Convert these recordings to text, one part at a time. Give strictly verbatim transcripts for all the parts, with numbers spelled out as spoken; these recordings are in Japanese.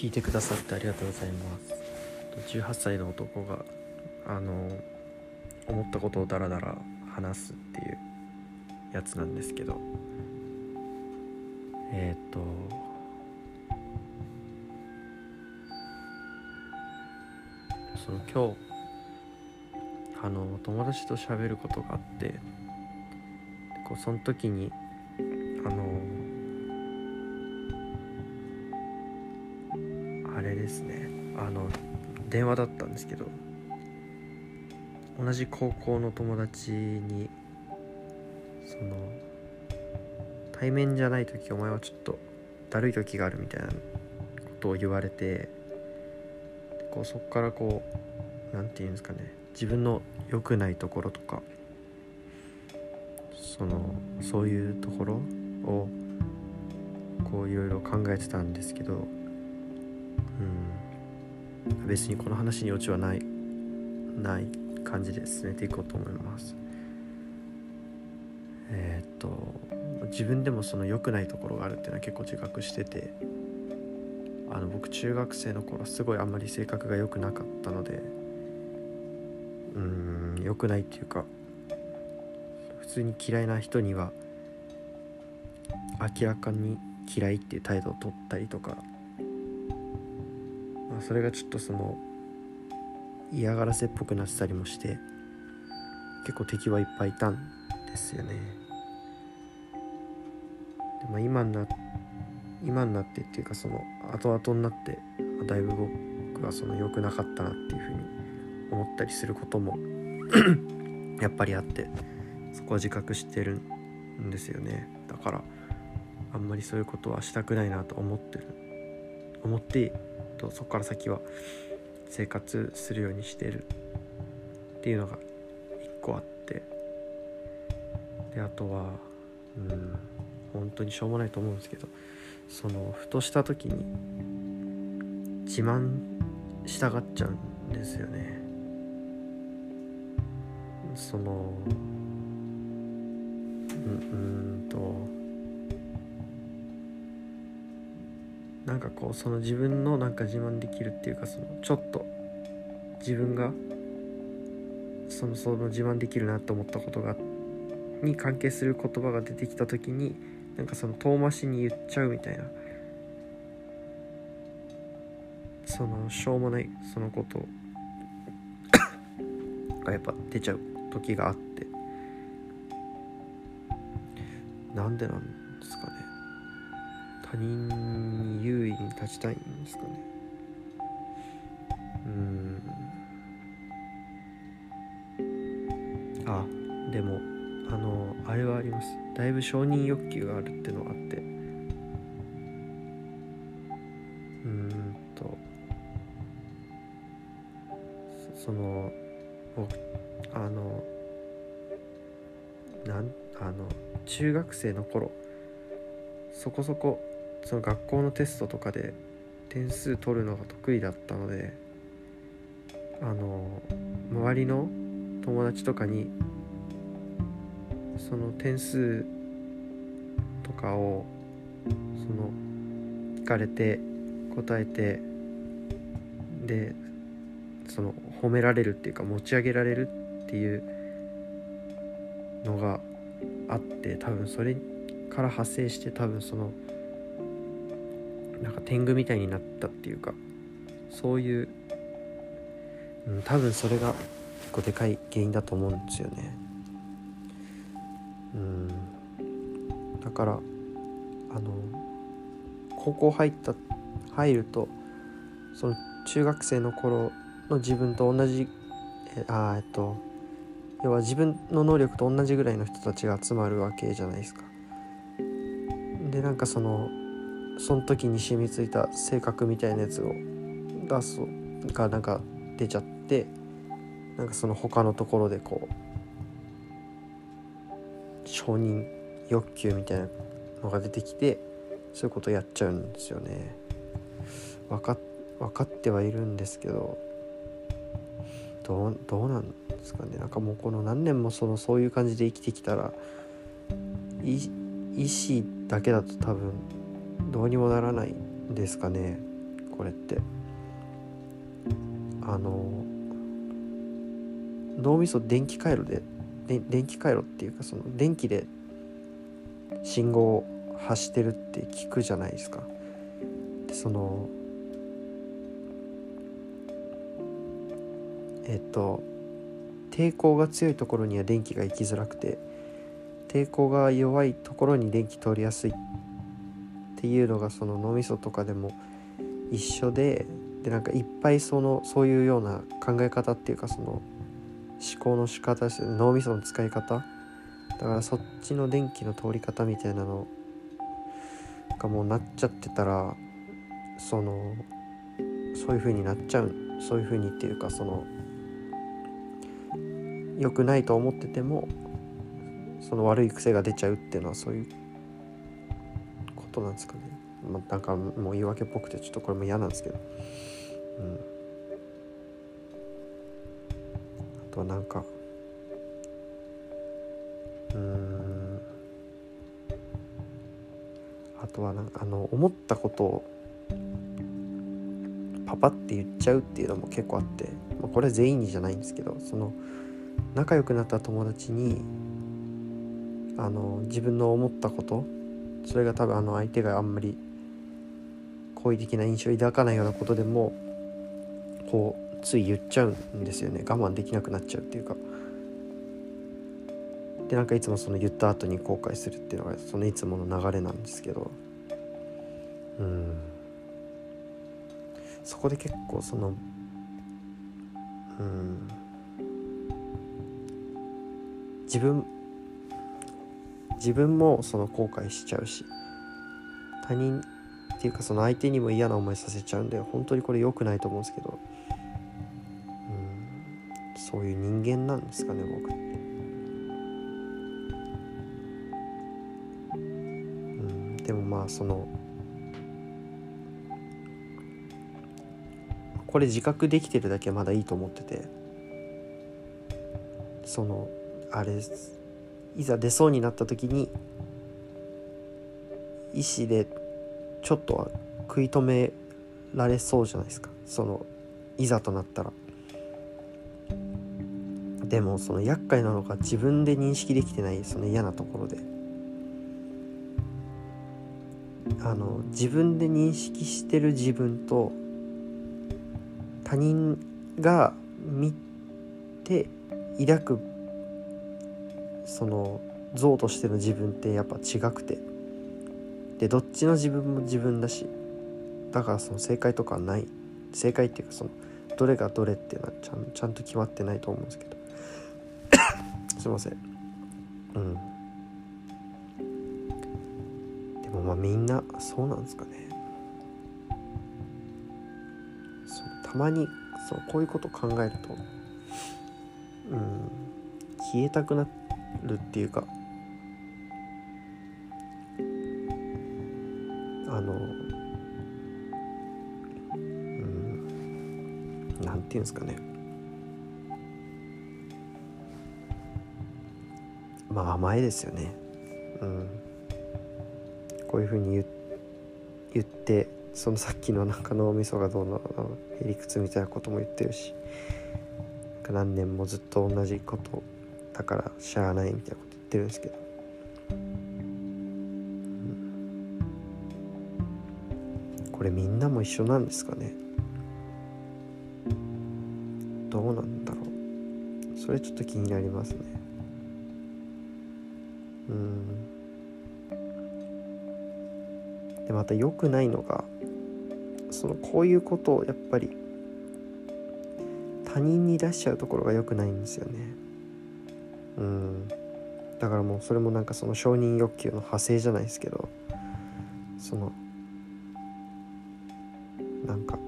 聞いてくださってありがとうございます。じゅうはっさいの男があの思ったことをダラダラ話すっていうやつなんですけど、えっ、ー、とその今日あの友達と喋ることがあって、こうその時にあのあれですねあの電話だったんですけど、同じ高校の友達にその対面じゃない時お前はちょっとだるい時があるみたいなことを言われて、こうそこからこうなんていうんですかね、自分の良くないところとかそのそういうところをこういろいろ考えてたんですけど、うん、別にこの話にオチはないない感じで進めていこうと思います。えー、っと自分でもその良くないところがあるっていうのは結構自覚してて、あの僕中学生の頃すごいあんまり性格が良くなかったので、うーん良くないっていうか普通に嫌いな人には明らかに嫌いっていう態度を取ったりとか、まあ、それがちょっとその嫌がらせっぽくなってたりもして、結構敵はいっぱいいたんですよね。で、まあ、今にな今になってっていうかその後々になってだいぶ僕はその良くなかったなっていうふうに思ったりすることもやっぱりあって、そこは自覚してるんですよね。だからあんまりそういうことはしたくないなと思ってる思ってとそこから先は生活するようにしてるっていうのが一個あって、であとはうん本当にしょうもないと思うんですけど、そのふとした時に自慢したがっちゃうんですよね。そのうんうんとなんかこうその自分のなんか自慢できるっていうか、そのちょっと自分がそのその自慢できるなと思ったことがに関係する言葉が出てきた時になんかその遠回しに言っちゃうみたいな、そのしょうもないそのことがやっぱ出ちゃう時があって、なんでなんですかね。他人に優位に立ちたいんですかね。うーんあでもあのあれはあります。だいぶ承認欲求があるってのがあって、うーんとそその僕あのなんあの中学生の頃そこそこその学校のテストとかで点数取るのが得意だったので、あの周りの友達とかにその点数とかをその聞かれて答えて、でその褒められるっていうか持ち上げられるっていうのがあって、多分それから派生して多分そのなんか天狗みたいになったっていうか、そういう、うん、多分それが結構でかい原因だと思うんですよね。うんだからあの高校入った入るとその中学生の頃の自分と同じえあえっと要は自分の能力と同じぐらいの人たちが集まるわけじゃないですか。でなんかそのその時に染みついた性格みたいなやつを出すがなんか出ちゃって、なんかその他のところでこう承認欲求みたいなのが出てきて、そういうことをやっちゃうんですよね。分かっ、分かってはいるんですけど、どう、どうなんですかね。なんかもうこの何年もそのそういう感じで生きてきたらい意思だけだと多分どうにもならないんですかね。ここれって。あの脳みそ電気回路でで電気回路っていうかその電気で信号を発してるって聞くじゃないですか。でそのえっと抵抗が強いところには電気が行きづらくて、抵抗が弱いところに電気通りやすいっていうのがその脳みそとかでも一緒で、でなんかいっぱいそのそういうような考え方っていうかその思考の仕方ですよね、脳みその使い方だから、そっちの電気の通り方みたいなのがもうなっちゃってたら、そのそういう風になっちゃう、そういう風にっていうかその良くないと思っててもその悪い癖が出ちゃうっていうのはそういうことなんですかね。まあ、なんかもう言い訳っぽくてちょっとこれも嫌なんですけど、うん、あとはなんかうーんあとはなんかあの思ったことをパパって言っちゃうっていうのも結構あって、まあ、これは全員にじゃないんですけど、その仲良くなった友達にあの自分の思ったこと、それが多分あの相手があんまり好意的な印象を抱かないようなことでもこうつい言っちゃうんですよね。我慢できなくなっちゃうっていうか、でなんかいつもその言った後に後悔するっていうのがそのいつもの流れなんですけど、うんそこで結構そのうん自分自分もその後悔しちゃうし、他人っていうかその相手にも嫌な思いさせちゃうんで、本当にこれ良くないと思うんですけど、うんそういう人間なんですかね、僕って。うんでもまあそのこれ自覚できてるだけはまだいいと思ってて、そのあれいざ出そうになった時に意思でちょっとは食い止められそうじゃないですか、そのいざとなったら。でもその厄介なのが自分で認識できてないその嫌なところで、あの自分で認識してる自分と他人が見て抱くその像としての自分ってやっぱ違くて、でどっちの自分も自分だし、だからその正解とかはない、正解っていうかそのどれがどれっていうのはちゃん、ちゃんと決まってないと思うんですけどすいません。うんでもまあみんなそうなんですかね。そのたまにそうこういうこと考えるとうん消えたくなるっていうか、あのうんなんていうんですかね、まあ甘えですよね。うんこういうふうに 言, 言ってそのさっきのなんか脳みそがどうのへりくつみたいなことも言ってるし、何年もずっと同じことだからしゃあないみたいなこと言ってるんですけど、うん、これみんなも一緒なんですかね。どうなんだろう、それちょっと気になりますね。うんでまた良くないのがそのこういうことをやっぱり他人に出しちゃうところが良くないんですよね。うんだからもうそれもなんかその承認欲求の派生じゃないですけど、そのなんか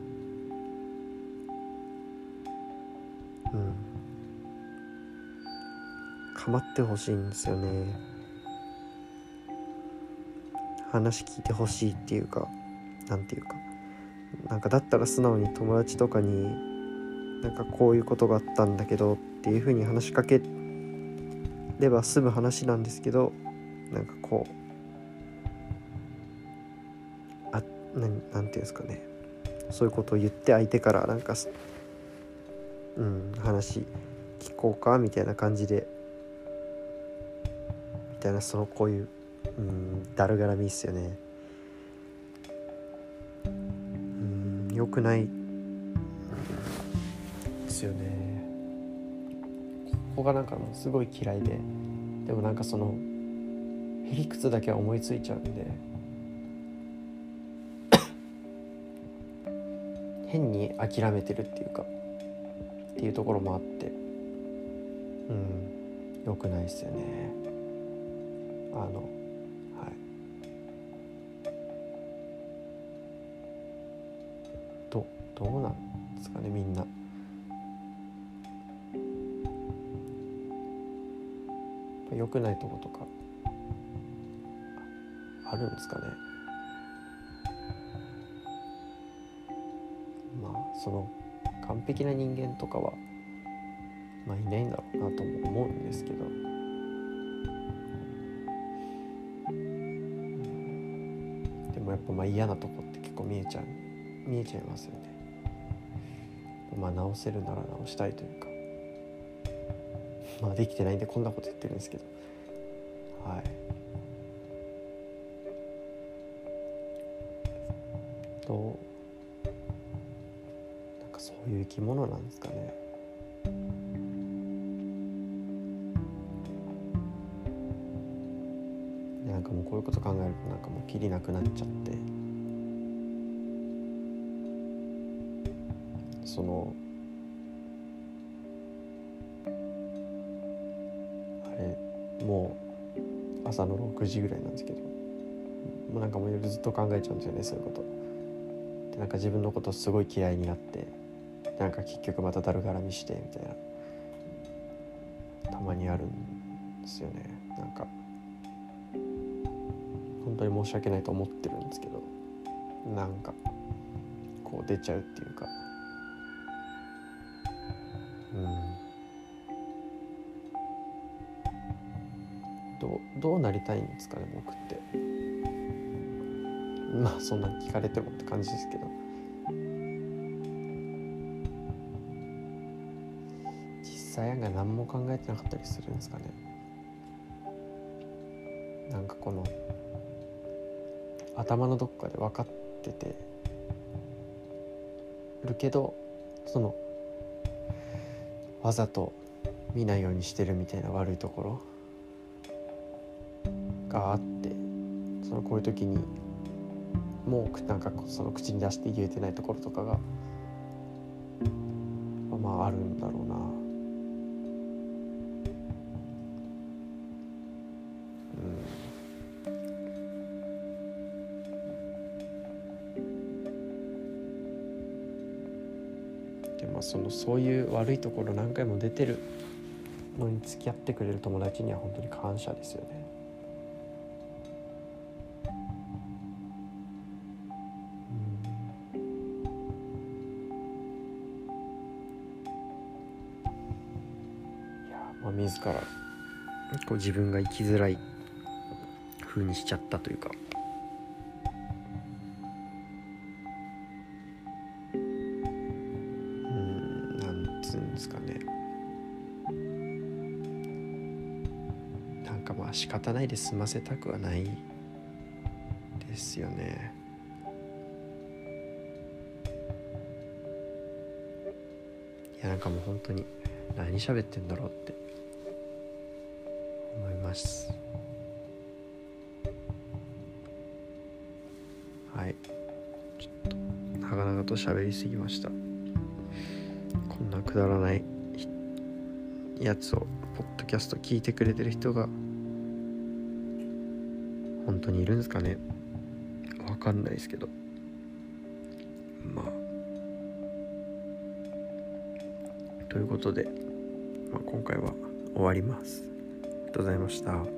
うん構ってほしいんですよね。話聞いてほしいっていうか、なんていうか、なんかだったら素直に友達とかになんかこういうことがあったんだけどっていう風に話しかければ済む話なんですけど、なんかこうあな ん, なんていうんですかね、 そういうことを言って相手からなんかうん話聞こうかみたいな感じでみたいな、そのこういううんだるがらみっすよね。うん良くないですよね。ここがなんかもうすごい嫌いで、でもなんかそのへりくつだけは思いついちゃうんで変に諦めてるっていうかっていうところもあって、うん良くないですよね。あのはいどどうなんですかね、みんな。良くないとことかあるんですかね。まあその完璧な人間とかはまあいないんだろうなとも思うんですけど、でもやっぱまあ嫌なとこって結構見えちゃう見えちゃいますよね。まあ直せるなら直したいというか、まあできてないんでこんなこと言ってるんですけど、はい。となんかそういう生き物なんですかね。なんかもうこういうこと考えるとなんかもうキリなくなっちゃって、そのあれもう朝のろくじぐらいなんですけど、もうなんかもう夜ずっと考えちゃうんですよね、そういうことで。なんか自分のことすごい嫌いになって、なんか結局まただるがらみしてみたいなたまにあるんですよね。なんか本当に申し訳ないと思ってるんですけど、なんかこう出ちゃうっていうか、うんどうどうなりたいんですかね、僕って。まあそんな聞かれてもって感じですけど、実際案外何も考えてなかったりするんですかね。なんかこの頭のどっかで分かっててるけど、そのわざと見ないようにしてるみたいな悪いところがあって、そのこういう時にもうなんかその口に出して言えてないところとかがまああるんだろうな。うんでもそのそういう悪いところ何回も出てるのに付き合ってくれる友達には本当に感謝ですよね。まあ、自らこう自分が生きづらい風にしちゃったというか、うーんなんつうんですかね、なんかまあ仕方ないで済ませたくはないですよね。いやなんかもう本当に何喋ってんだろうって思います。はい、ちょっと長々と喋りすぎました。こんなくだらないやつをポッドキャスト聞いてくれてる人が本当にいるんですかね。わかんないですけど、まあということで、まあ、今回は終わります。ありがとうございました。